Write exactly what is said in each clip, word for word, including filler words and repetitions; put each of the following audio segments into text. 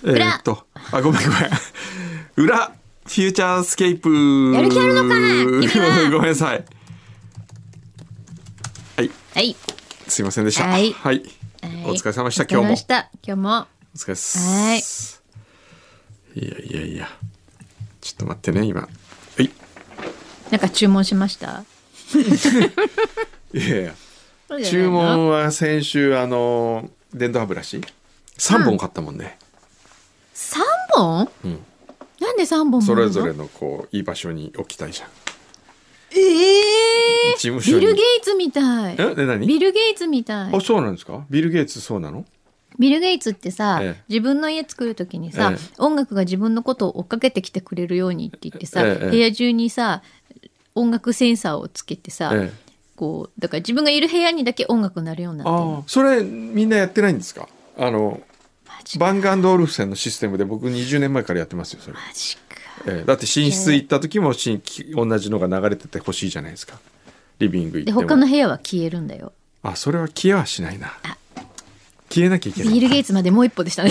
えー、っとあごめんごめん裏フューチャースケープやる気あるのか君はごめんなさい。はい、 はい、 すいませんでした。 はい、 はい、お疲れ様でした。今日も今日もお疲れっす。はい、いやいやいやちょっと待ってね今。はい、 なんか注文しました？ いやいや注文は先週あの電動歯ブラシさんぼん買ったもんね。 さんぼん？うん、なんでさんぼんもそれぞれのこういい場所に置きたいじゃん。 えー、 事務所にビル・ゲイツみたい。 えで何？ ビル・ゲイツみたい。 あ、そうなんですか？ビル・ゲイツそうなの？ ビル・ゲイツってさ、 ええ、 自分の家作るときにさ、ええ、音楽が自分のことを追っかけてきてくれるようにって言ってさ、ええ、部屋中にさ音楽センサーをつけてさ、ええ、こうだから自分がいる部屋にだけ音楽鳴るようになってるの。 あ、それみんなやってないんですか？あのバンガンドオルフセンのシステムで僕にじゅうねんまえからやってますよそれ。 マジか。 ええ、だって寝室行った時もし同じのが流れててほしいじゃないですか。リビング行ってもで他の部屋は消えるんだよ。 あ、それは消えはしないな。消えなきゃいけない。 ビル・ゲイツまでもう一歩でしたね。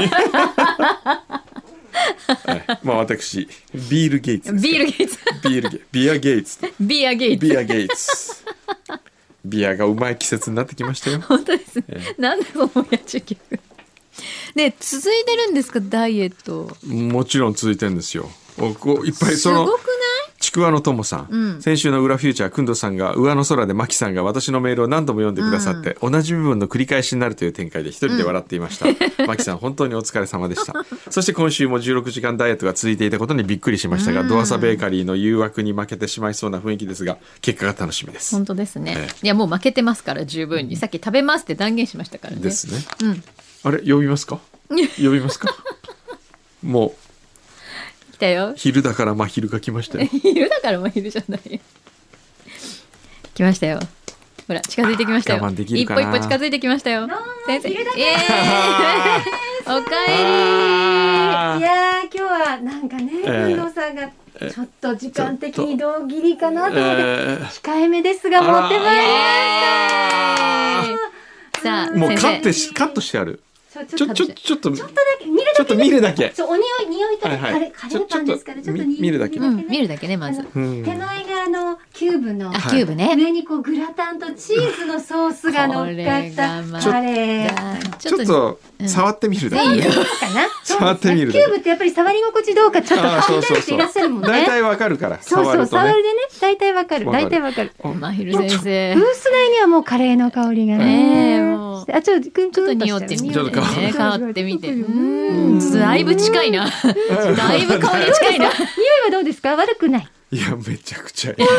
はい、まあ私ビール・ゲイツです。 ビール・ゲイツビールゲビア・ゲイツビア・ゲイツビア・ゲイツビアがうまい季節になってきましたよ。 本当ですね、ええ、なんでその親中継ね、続いてるんですかダイエット？ もちろん続いてるんですよ。こういっぱいそのすごくない？ ちくわのともさん、うん、先週の裏フューチャーくんどさんが上の空でマキさんが私のメールを何度も読んでくださって、うん、同じ部分の繰り返しになるという展開で一人で笑っていました、うん、マキさん本当にお疲れ様でした。そして今週もじゅうろくじかんダイエットが続いていたことにびっくりしましたが、うん、ドアサベーカリーの誘惑に負けてしまいそうな雰囲気ですが結果が楽しみです。 本当ですね、ええ、いやもう負けてますから十分に、さっき食べますって断言しましたからね。 ですね、 うん、 あれ呼びますか呼びますかもう来たよ。 昼だから真昼が来ましたよ。 昼だから真昼じゃないよ。来ましたよ。ほら近づいてきましたよ。 我慢できるかな。 一歩一歩近づいてきましたよ。先生。 昼だえー、おかえり。 いや今日はなんかね、運動さんがちょっと時間的にどうぎりかなと思って、えー、控えめですが持ってまいりました。さあもうカットしカットしてある。ちょちょちょちょっとちょっとだけ見るだけ、ね、 ちょっと見るだけ。 そうお匂い匂いとか、はいはい、カレーパンですからちょっと見るだけ、 うん、見るだけねまず。 手前があのキューブのあキューブね、 上にこうグラタンとチーズのソースが乗っかったカレー。 ちょっと触ってみるだけ。 いいよかな。 触ってみるだけ。 キューブってやっぱり触り心地どうかちょっと判断していらっしゃるもんね。 大体わかるから。 そうそう触るでね大体わかる大体わかる。 まひる先生。 ブース内にはもうカレーの香りがね。あちょっとちょっと匂ってみてね。香ってみて。 うんだいぶ近いな。だいぶ香り近いな。匂いはどうですか？悪くない。 いやめちゃくちゃいい。 よか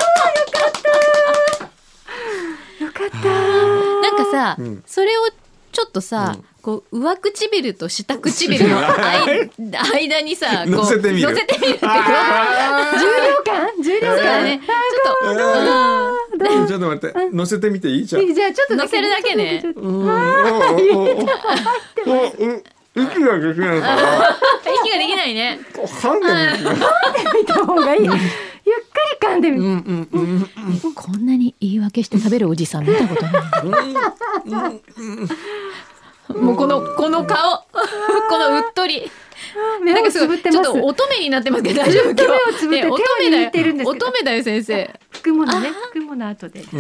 ったよかったなんかさ、うん、それをちょっとさ、うん、こう上唇と下唇の間にさこう乗せてみる乗せてみるって重量感重量感ねちょっと、 うん、ちょっと待って乗せてみていい？じゃんじゃあちょっと乗せるだけね。 息ができないから。 息ができないね。 噛んでみて。 噛んでみた方がいい。ゆっくり噛んでみて。 うんうんうんうん、こんなに言い訳して食べるおじさん見たことない。もうこのこの顔、このうっとり。 目をつぶってます。 ちょっと乙女になってますけど大丈夫？今日目をつぶって手を握ってるんですけど。 乙女だよ先生。 拭くものね。拭くもの後で。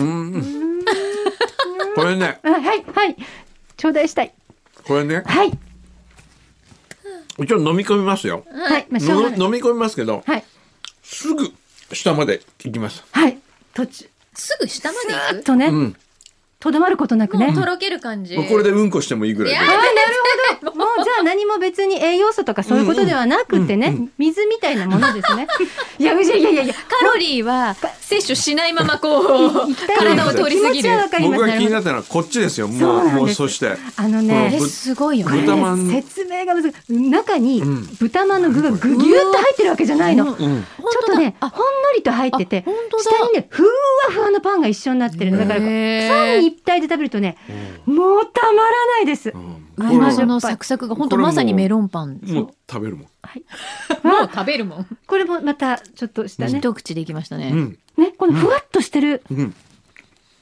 これね。 はいはい。頂戴したい。 これね。 はい。 一応飲み込みますよ。 はい。まあ、 飲み込みますけど、はい、すぐ下まで行きます。 はい。途中すぐ下まで行く。 ずっとね。うんとどまることなくね。 とろける感じ。 これでうんこしてもいいぐらいで。 ああなるほど。もうじゃあ何も別に栄養素とかそういうことではなくてね、うんうん、水みたいなものですね。いやいやいやいやカロリーは摂取しないままこう体を通り過ぎる。 僕が気になったのはこっちですよ。もうもうそしてあのねすごいよね。 豚まん説明が難しい。中に豚まんの具がぐぎゅっと入ってるわけじゃないの。ちょっとねほんのりと入ってて下にねふわふわのパンが一緒になってる。だからパン一体で食べるとねもうたまらないです。 上のそのサクサクが本当まさにメロンパン。 もう食べるもん。 はい。もう食べるもん。 これもまたちょっとしたね。 一口でいきましたね。 ね、このふわっとしてる。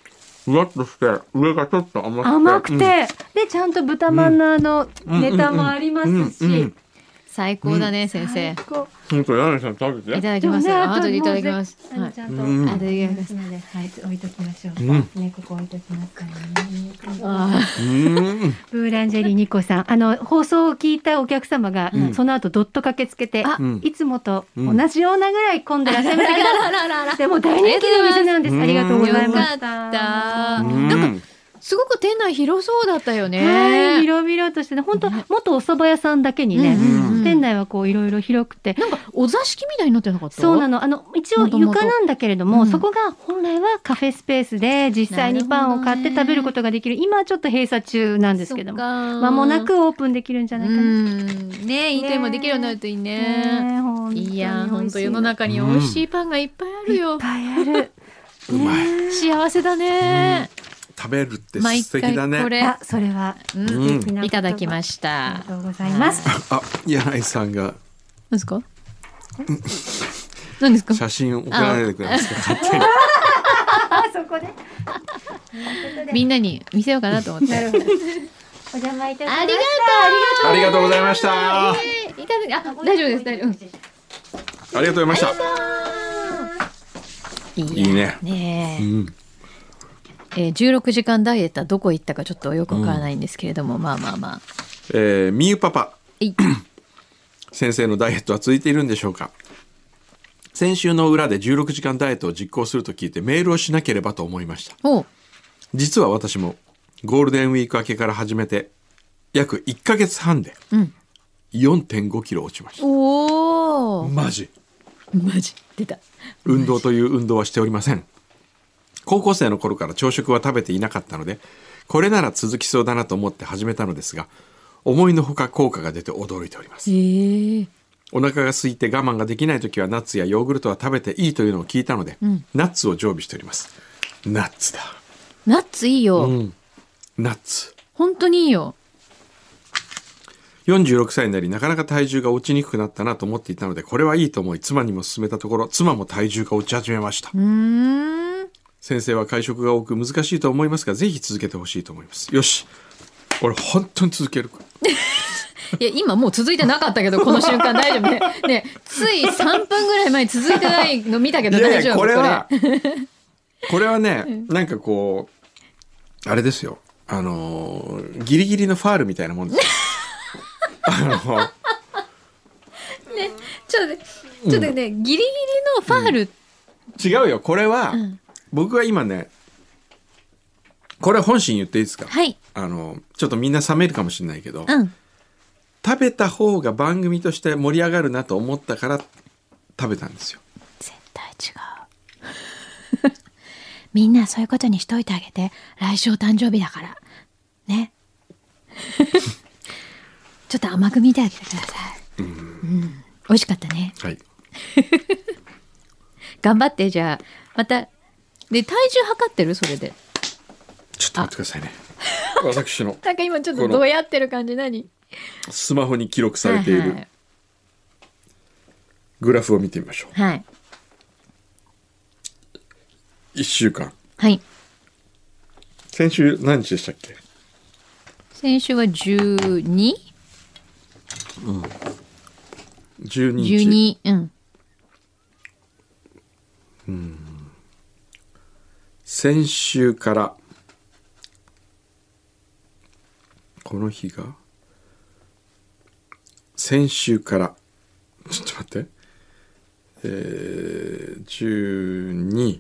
ふわっとして上がちょっと甘くて甘くて、うん、でちゃんと豚まんのあのネタもありますし、 最高だね、うん、先生。 本当柳さん食べて。 いただきます。あとでいただきます。 はい、ちゃんと、うん、あとでいただきますので、はい、置いときましょう。うん、ね、ここ置いときますからね。あブーランジェリーニコさん、あの放送を聞いたお客様が、うん、その後どっと駆けつけて、うん、いつもと同じようなぐらい混んでらっしゃいましたけど、でも大人気のお店なんです。ありがとうございました。 なんかすごく店内広そうだったよね。 はい、広々としてね、本当、ね、元お蕎麦屋さんだけにね、うんうん、店内はこういろいろ広くて、 なんかお座敷みたいになってなかった？ そうなの。あの一応床なんだけれども、うん、そこが本来はカフェスペースで実際にパンを買って食べることができる。今はちょっと閉鎖中なんですけども、間もなくオープンできるんじゃないかな。 うんね、いい点もできるようになるといいね。ね、いや本当世の中に美味しいパンがいっぱいあるよ。 いっぱいある。 うまい。 幸せだね。 うん食べるって素敵だね。 これあ、それは、 うん、いただきました。 ありがとうございます。 あ、柳井さんが。 何ですか。何ですか。 写真送られてくれますか。勝手に。 そこで。 みんなに見せようかなと思って。なるほど。 お邪魔いたしました。 ありがとう。ありがとうございました。 えー、いただき、あ、大丈夫です。大丈夫です。 ありがとうございました。いいね。 ねえ。うんえー、じゅうろくじかんダイエットはどこ行ったかちょっとよくわからないんですけれども、うん、まあまあまあ、 えー、みゆパパ先生のダイエットは続いているんでしょうか。先週の裏でじゅうろくじかんダイエットを実行すると聞いてメールをしなければと思いました。実は私もゴールデンウィーク明けから始めて約いっかげつはんで よんてんごキロ落ちました、うん、おーマジマジ出た。 運動という運動はしておりません。高校生の頃から朝食は食べていなかったので、これなら続きそうだなと思って始めたのですが、思いのほか効果が出て驚いております。へー。お腹が空いて我慢ができないときはナッツやヨーグルトは食べていいというのを聞いたので、うん、ナッツを常備しております。ナッツだ。 ナッツいいよ。うん、 ナッツ。 本当にいいよ。 よんじゅうろくさいになりなかなか体重が落ちにくくなったなと思っていたので、これはいいと思い妻にも勧めたところ、妻も体重が落ち始めました。うーん。先生は会食が多く難しいと思いますが、ぜひ続けてほしいと思います。よし、俺本当に続けるいや今もう続いてなかったけどこの瞬間大丈夫ね。ねついさんぷんぐらい前に続いてないの見たけど大丈夫。 いやいやこれはこれはね、うん、なんかこうあれですよ、あのー、ギリギリのファールみたいなもんですあのー、ねちょっとねちょっとね、うん、ギリギリのファール、うん、 違うよこれは、うん、僕は今ねこれ本心言っていいですか。 はい。 あのちょっとみんな冷めるかもしれないけど、 うん、 食べた方が番組として盛り上がるなと思ったから食べたんですよ。 絶対違うみんなそういうことにしといてあげて、来週お誕生日だからねちょっと甘く見てあげてください。うん、うん、美味しかったね。 はい頑張って。じゃあまたで体重測ってる。それでちょっと待ってくださいね私のなんか今ちょっとどうやってる感じ。何スマホに記録されているグラフを見てみましょう。 はい。 いっしゅうかん。 はい。 先週何日でしたっけ。 先週はじゅうに、 うん、じゅうににち。 じゅうに、うん。 うん。先週からこの日が先週からちょっと待って、えー、じゅうに、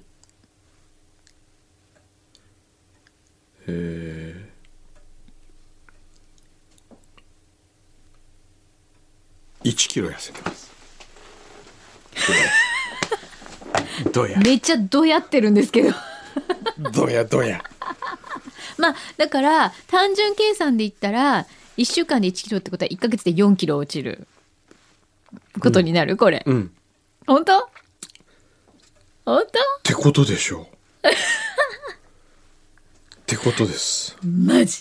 えー、いちキロ痩せてますどやめっちゃどやってるんですけどどやどやまあだから単純計算で言ったらいっしゅうかんでいちキロってことは、いっかげつでよんキロ落ちることになる、うん、これ、うん、本当本当ってことでしょうってことです。 マジ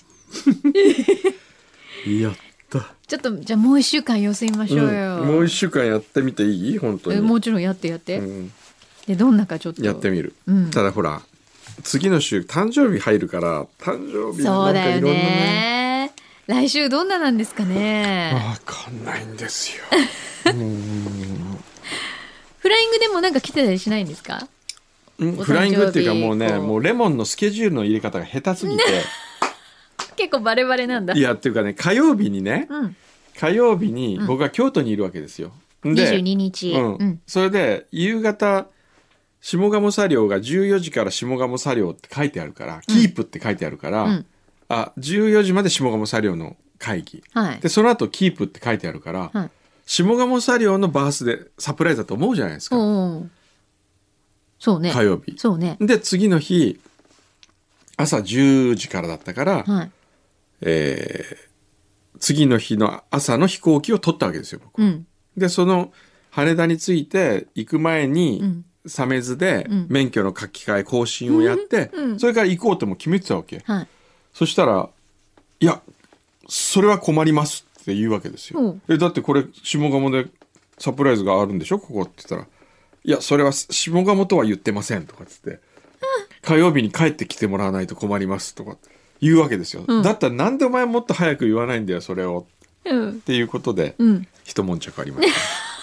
やった。 ちょっとじゃあもういっしゅうかん様子見ましょうよ、 うん、もういっしゅうかんやってみていい。本当にもちろんやってやって、うん、でどんなかちょっとやってみる、うん、ただほら次の週誕生日入るから誕生日なんかいろんなね。 来週どんななんですかね。 わかんないんですよ。うんフライングでもなんか来てたりしないんですか。 フライングっていうかもうねもうレモンのスケジュールの入れ方が下手すぎて、ね、 結構バレバレなんだ。 いやっていうかね火曜日にね、うん、火曜日に僕は京都にいるわけですよ。でにじゅうににち、 うんうん、それで夕方下鴨茶寮がじゅうよじから下鴨茶寮って書いてあるから、うん、キープって書いてあるから、うん、あじゅうよじまで下鴨茶寮の会議、はい、でその後キープって書いてあるから、はい、下鴨茶寮のバースでサプライズだと思うじゃないですか。 おうそうね、 火曜日そうね。 で次の日朝じゅうじからだったから、はいえー、次の日の朝の飛行機を取ったわけですよ僕、うん、でその羽田に着いて行く前に、うん鮫洲で免許の書き換え更新をやって、うん、それから行こうとも決めてたわけ、はい、そしたらいやそれは困りますって言うわけですよ、うん、えだってこれ下鴨でサプライズがあるんでしょここって言ったらいやそれは下鴨とは言ってませんとかっつって、うん、火曜日に帰ってきてもらわないと困りますとか言うわけですよ、うん、だったらなんでお前もっと早く言わないんだよそれを、うん、っていうことで、うん、一悶着ありました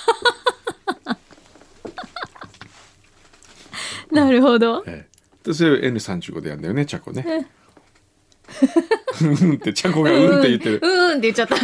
なるほど、 ええ、でそれを エヌさんじゅうご でやるんだよねチャコねうんってチャコがうんって言ってるうんって言っちゃった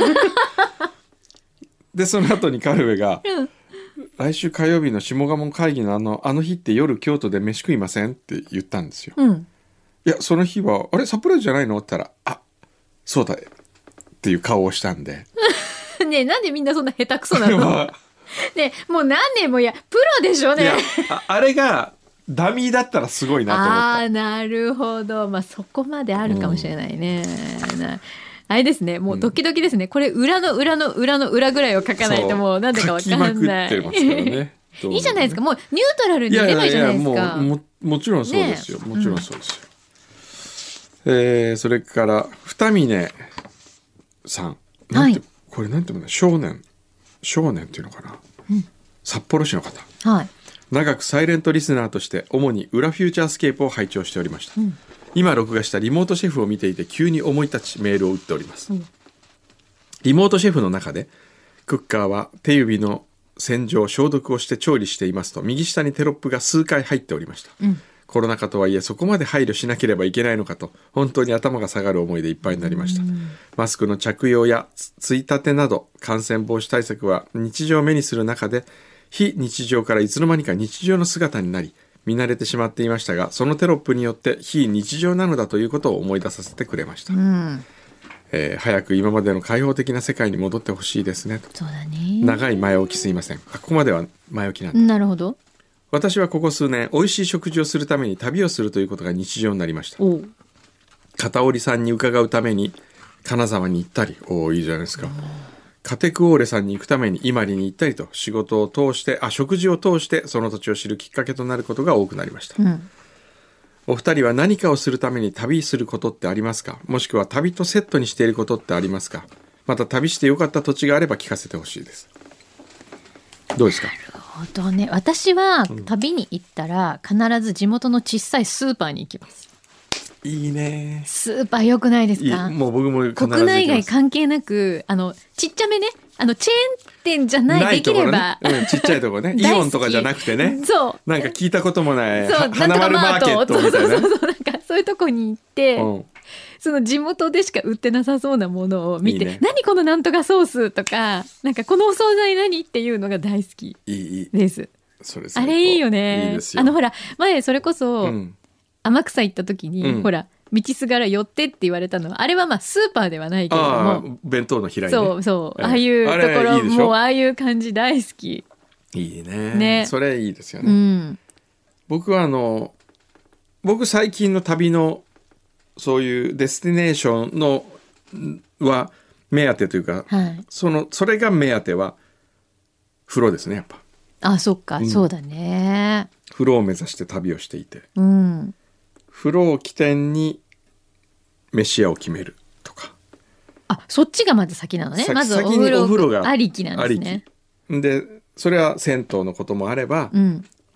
でその後にカルベが、うん、来週火曜日の下鴨会議のあのあの日って夜京都で飯食いませんって言ったんですよ、うん、いやその日はあれサプライズじゃないのって言ったらあそうだっていう顔をしたんでねえなんでみんなそんな下手くそなのねえもう何年もいやプロでしょね。 いや あ, あれがダミーだったらすごいなと思った。 あーなるほど、まあ、そこまであるかもしれないね、うん、なあれですねもうドキドキですね、うん、これ裏の裏の裏の裏ぐらいを書かないともうなんでか分かんない。 書きまくってますからねいいじゃないですかもうニュートラルに入れればいいじゃないですか。いやいやいや も, も, もちろんそうですよ、ね、もちろんそうですよ、うんえー、それから二峰さんなんて、はい、これなんていうの少年少年っていうのかな、うん、札幌市の方、はい長くサイレントリスナーとして主に裏フューチャースケープを拝聴しておりました、うん、今録画したリモートシェフを見ていて急に思い立ちメールを打っております、うん、リモートシェフの中でクッカーは手指の洗浄消毒をして調理していますと右下にテロップが数回入っておりました、うん、コロナ禍とはいえそこまで配慮しなければいけないのかと本当に頭が下がる思いでいっぱいになりました、うん、マスクの着用やついたてなど感染防止対策は日常目にする中で非日常からいつの間にか日常の姿になり見慣れてしまっていましたがそのテロップによって非日常なのだということを思い出させてくれました、うんえー、早く今までの開放的な世界に戻ってほしいですね。 そうだね長い前置きすいません。ここまでは前置きなんで。 なるほど。 私はここ数年美味しい食事をするために旅をするということが日常になりました。片織さんに伺うために金沢に行ったりおいいじゃないですか。カテクオーレさんに行くために伊万里に行ったりと仕事を通してあ食事を通してその土地を知るきっかけとなることが多くなりました、うん、お二人は何かをするために旅することってありますか。もしくは旅とセットにしていることってありますか。また旅してよかった土地があれば聞かせてほしいです。どうですか。 なるほどね。私は旅に行ったら必ず地元の小さいスーパーに行きます。 いいね。 スーパー良くないですか。 いいもう僕も必ず行きます。 国内外関係なくあのちっちゃめねあのチェーン店じゃないできれば、 ねうん、ちっちゃいところねイオンとかじゃなくてねそうなんか聞いたこともない花丸マーケットみたいな、そうそうそうそうなんかそういうとこに行って、うん、その地元でしか売ってなさそうなものを見ていい、ね、何このなんとかソースとかなんかこのお惣菜何っていうのが大好きです。いいいいそれあれいいよね。いいですよ。あのほら前それこそ、うん、天草行った時に、うん、ほら道すがら寄ってって言われたのはあれはまあスーパーではないけれども弁当の平井ねそうそう、えー、ああいうところいいもうああいう感じ大好き。 いい ね, ねそれいいですよね、うん、僕はあの僕最近の旅のそういうデスティネーションのは目当てというか、はい、そのそれが目当ては風呂ですねやっぱ。 あそっか、うん、そうだね。 風呂を目指して旅をしていて、うん風呂を起点に飯屋を決めるとか。 あ、そっちがまず先なのね。まずお風呂がありきなんですね。 で、それは銭湯のこともあれば、うん、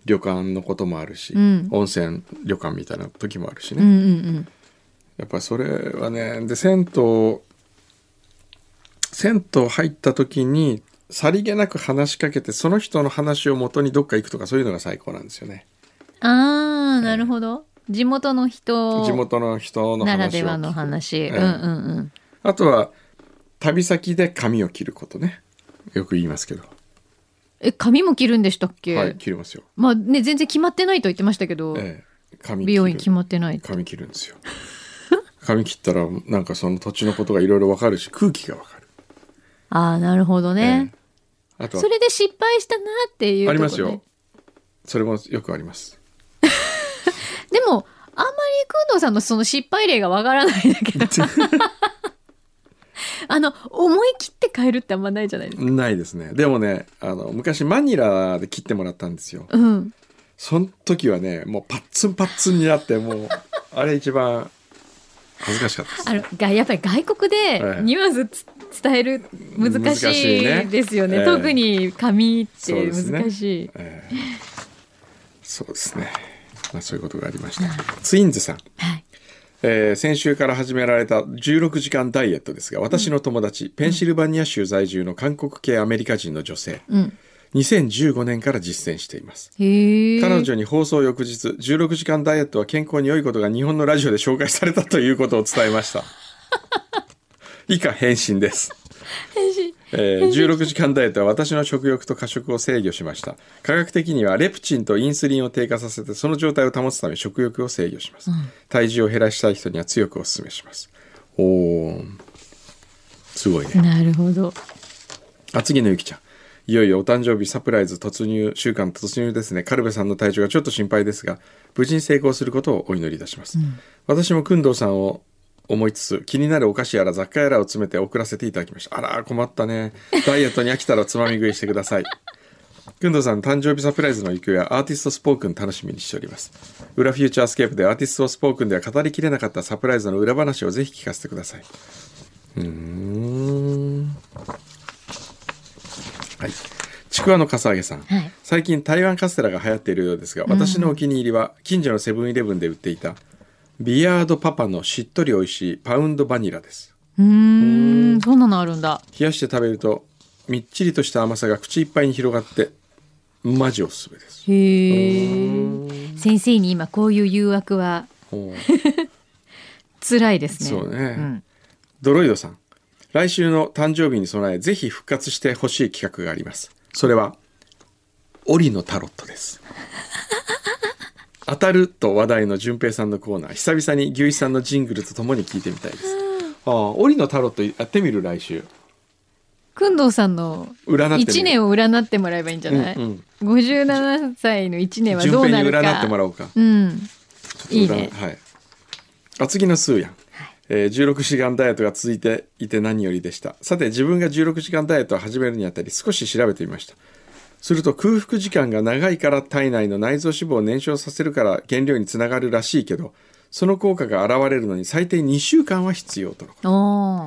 旅館のこともあるし、 うん、 温泉旅館みたいな時もあるしね、 うんうんうん、 やっぱそれはね。で銭湯銭湯入った時にさりげなく話しかけて、その人の話を元にどっか行くとか、そういうのが最高なんですよね。 あー、なるほど。地元の人地元の人の話を聞くならではの話、 ええ、 うんうんうん。 あとは旅先で髪を切ることね、よく言いますけど。 え、髪も切るんでしたっけ？ はい、切りますよ。 まあね、全然決まってないと言ってましたけど、 ええ、髪切る、 美容院決まってない。 髪切るんですよ。髪切ったらなんかその土地のことがいろいろ分かるし、空気が分かる。 ああ、なるほどね、 ええ、あとはそれで失敗したなっていうとこ、ね、 ありますよ。それもよくあります。 でもあんまり工藤さんのその失敗例がわからないんだけどあの思い切って変えるってあんまないじゃないですか。 ないですね。でもね、あの昔マニラで切ってもらったんですよ、 うん、 その時はね、もうパッツンパッツンになって、もうあれ一番恥ずかしかったです。 あのがやっぱり外国でニュアンスつ、ええ、伝える難しいですよね、ね、特に髪って難しい、 そうですね、ええ、そうですね、まあ、そういうことがありました。ツインズさん、はい、えー、先週から始められたじゅうろくじかんダイエットですが、私の友達、うん、ペンシルバニア州在住の韓国系アメリカ人の女性、うん、にせんじゅうごねんから実践しています。 へー。 彼女に放送翌日、じゅうろくじかんダイエットは健康に良いことが日本のラジオで紹介されたということを伝えました以下返信です。 返信、 えー、じゅうろくじかんダイエットは私の食欲と過食を制御しました。科学的にはレプチンとインスリンを低下させて、その状態を保つため食欲を制御します、うん、体重を減らしたい人には強くお勧めします。おー、すごいね。 なるほど。 あ、次のゆきちゃん、いよいよお誕生日サプライズ突入週間突入ですね。カルベさんの体調がちょっと心配ですが、無事に成功することをお祈りいたします、うん、私も工藤さんを思いつつ、気になるお菓子やら雑貨やらを詰めて送らせていただきました。あら困ったね。ダイエットに飽きたらつまみ食いしてください。工藤さん誕生日サプライズの行方やアーティストスポークン楽しみにしております。裏フューチャースケープでアーティストスポークンでは語りきれなかったサプライズの裏話をぜひ聞かせてください。うーん、はい。ちくわのかさあげさん、はい、最近台湾カステラが流行っているようですが、私のお気に入りは近所のセブンイレブンで売っていたビアードパパのしっとりおいしいパウンドバニラです。 うーん、そんなのあるんだ。 冷やして食べるとみっちりとした甘さが口いっぱいに広がってマジおすすめです。 へー。先生に今こういう誘惑は辛いですね。 そうね、うん、ドロイドさん、来週の誕生日に備えぜひ復活してほしい企画があります。それはオリのタロットです。当たると話題の順平さんのコーナー、久々に牛一さんのジングルとともに聞いてみたいです。ああ、オリのタロットやってみる。来週工藤さんのいちねんを占ってもらえばいいんじゃない、うんうん、ごじゅうななさいのいちねんはどうなるか順平に占ってもらおうか、 うん、いいね、 はい、あ、次のスーヤン、はい、えー、じゅうろくじかんダイエットが続いていて何よりでした。さて自分がじゅうろくじかんダイエットを始めるにあたり少し調べてみました。すると空腹時間が長いから体内の内臓脂肪を燃焼させるから原料につながるらしいけど、その効果が現れるのに最低にしゅうかんは必要とのこと。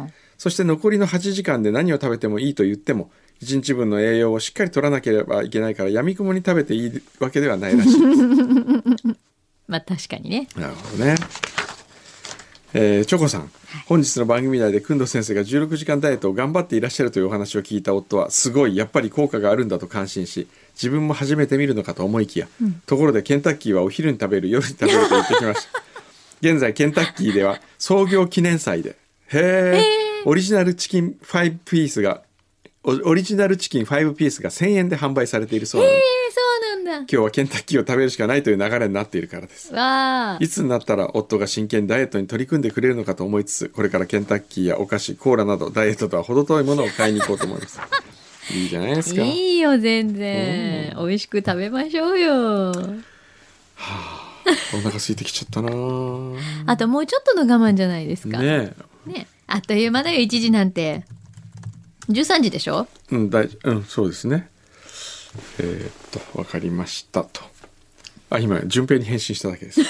そして残りのはちじかんで何を食べてもいいと言ってもいちにちぶんの栄養をしっかり取らなければいけないから、やみくもに食べていいわけではないらしいですまあ確かにね。 なるほどね。えー、チョコさん、はい、本日の番組内で工藤先生がじゅうろくじかんダイエットを頑張っていらっしゃるというお話を聞いた夫は、すごい、やっぱり効果があるんだと感心し、自分も初めて見るのかと思いきや、うん、ところでケンタッキーはお昼に食べる、夜に食べると言ってきました現在ケンタッキーでは創業記念祭でへーオリジナルチキンごピースがオリジナルチキンごピースがせんえんで販売されているそうなので、 そうなんだ。 今日はケンタッキーを食べるしかないという流れになっているからです。 わいつになったら夫が真剣にダイエットに取り組んでくれるのかと思いつつ、これからケンタッキーやお菓子、コーラなどダイエットとは程遠いものを買いに行こうと思いますいいじゃないですか。 いいよ全然、うん、美味しく食べましょうよ。はあ、お腹空いてきちゃったなあともうちょっとの我慢じゃないですかねえ、ね、あっという間だよ。いちじなんてじゅうさんじでしょ。 うん、だいうん、そうですね。えー、っと分かりましたと。あ、今順平に返信しただけです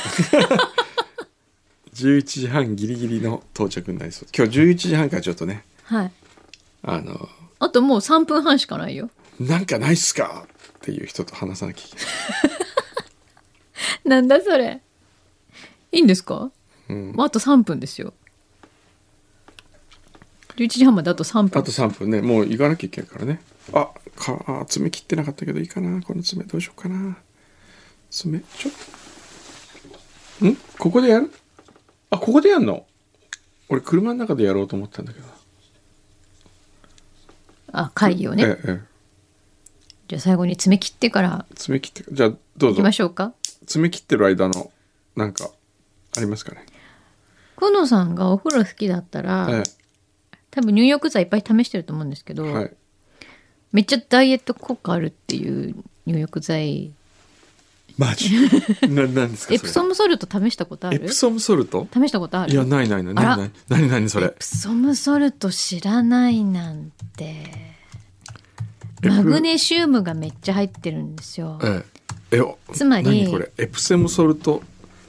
じゅういちじはんギリギリの到着になりそう。今日じゅういちじはんからちょっとね、 はい、 あのあともうさんぷんはんしかないよ。 なんかないっすかっていう人と話さなきゃいけないなんだそれ。いいんですか？ うん、 あとさんぷんですよ。じゅういちじはんまであとさんぷん。 あとさんぷんね。もう行かなきゃいけないからね。あ、かあ爪切ってなかったけどいいかな。この爪どうしようかな。爪ちょんここでやる？あ、ここでやんの？俺車の中でやろうと思ったんだけど。 あ、会議をね。 ええええ、 じゃあ最後に爪切ってから爪切ってじゃあどうぞ行きましょうか。 爪切ってる間のなんかありますかね。 久野さんがお風呂好きだったら、ええ、多分入浴剤いっぱい試してると思うんですけど、はい、めっちゃダイエット効果あるっていう入浴剤。 マジななんですかそれ。 エプソムソルト試したことある？ エプソムソルト試したことある？ いやないないないないない何何それ。 エプソムソルト知らないなんて。マグネシウムがめっちゃ入ってるんですよ。 ええ、えつまり何これエプソムソルト。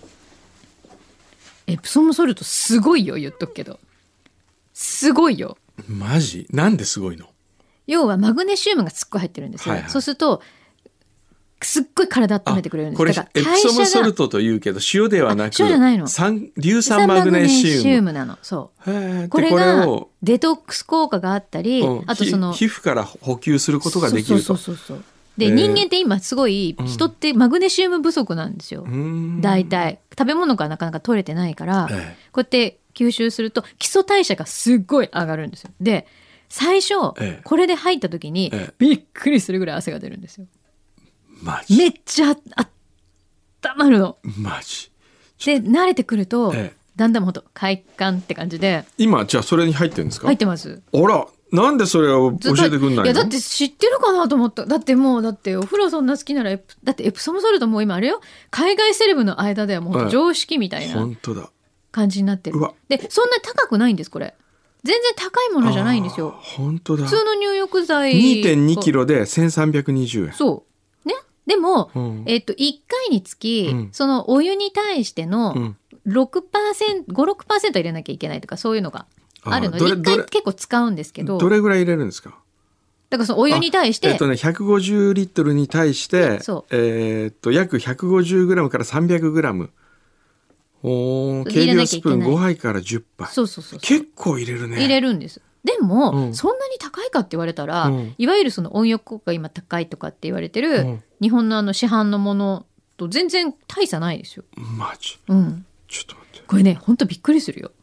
エプソムソルトすごいよ、言っとくけどすごいよ。 マジ？なんですごいの？要はマグネシウムがすっごい入ってるんですよ、はいはい、そうするとすっごい体温めてくれるんです。 これだからエプソムソルトというけど塩ではなく塩じゃないの。 酸硫酸マグネシウム。 シウムなの。そうこれがデトックス効果があったり、うん、あとその皮膚から補給することができると。 そうそうそうそう。で、えー、人間って今すごい人ってマグネシウム不足なんですよ、うん、大体食べ物がなかなか取れてないから、えー、こうやって吸収すると基礎代謝がすっごい上がるんですよ。で最初、えー、これで入った時に、えー、びっくりするぐらい汗が出るんですよ。 マジ？ めっちゃあったまるの。 マジ？ で慣れてくると、ええ、だんだんほんと快感って感じで。 今じゃあそれに入ってるんですか？ 入ってます。 あら、なんでそれを教えてくんないの？いやだって知ってるかなと思った。だってもうだってお風呂そんな好きならエプだってエプソムソルトもう今あれよ、海外セレブの間ではもう常識みたいな感じになってる。でそんな高くないんですこれ。全然高いものじゃないんですよ。 本当だ。 普通の入浴剤にてんにキロでせんさんびゃくにじゅうえん。 そうでも、うん、えっと、いっかいにつき、うん、そのお湯に対しての ろくパーセント、ご、ろくパーセント入れなきゃいけないとかそういうのがあるので、いっかい結構使うんですけど。 どれぐらい入れるんですか？ だからそのお湯に対して。 えっとね、ひゃくごじゅうリットルに対して、えー、っと、約 ひゃくごじゅうグラム から さんびゃくグラム。おー、計量スプーンごはいからじゅっぱい。 そうそうそうそう。 結構入れるね。 入れるんです。でも、うん、そんなに高いかって言われたら、うん、いわゆるその温浴効果が今高いとかって言われてる、うん、日本のあの市販のものと全然大差ないですよ。 マジ？ うん。 ちょっと待って。 これね、ほんとびっくりするよ。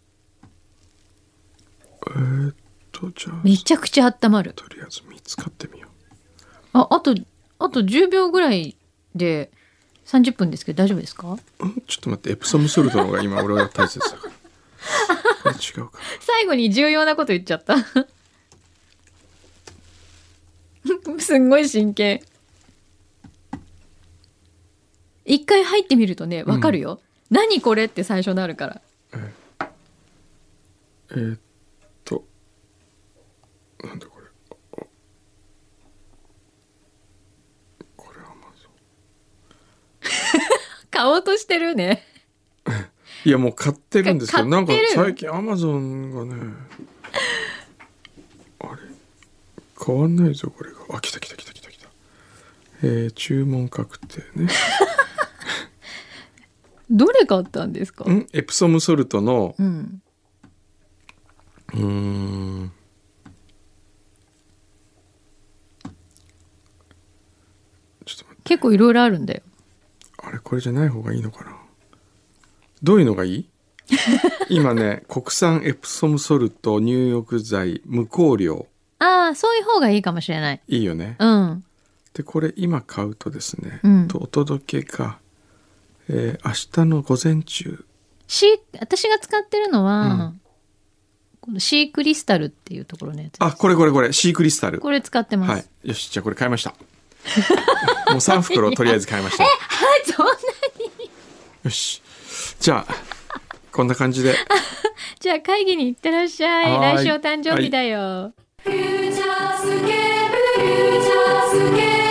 えー、っとじゃあめちゃくちゃ温まる。 とりあえずみっつ買ってみよう。 あ、あとあとじゅうびょうぐらいでさんじゅっぷんですけど大丈夫ですか？ うん、ちょっと待って、エプソムソルトの方が今俺は大切だから。違うか。 最後に重要なこと言っちゃった。すんごい真剣。一回入ってみるとね分かるよ、うん、何これって最初なるから。 ええー、っとなんだこれ、これアマゾン。 買おうとしてるね。 いやもう買ってるんですけど、なんか最近アマゾンがね、あれ変わんないぞこれが。あ、来た来た来た来た来た。えー、注文確定ね。 どれ買ったんですか？ んエプソムソルトの、 うん、 うーんちょっと待って、 結構いろいろあるんだよ。 あれこれじゃない方がいいのかな。どういうのがいい？今ね、国産エプソムソルト入浴剤無香料。 ああ、そういう方がいいかもしれない。 いいよね。 うん。 でこれ今買うとですね、 うん、 とお届けが、えー、明日の午前中。 シー私が使ってるのは、うん、このシークリスタルっていうところのやつです。 あ、これこれこれシークリスタル。 これ使ってます。 はい。よし、じゃあこれ買いました。もうさん袋とりあえず買いました。 え、はい、そんなに。 よし。じゃあこんな感じで。 じゃあ会議に行ってらっしゃい。来週お誕生日だよ。フューチャースケープ、フューチャースケープ。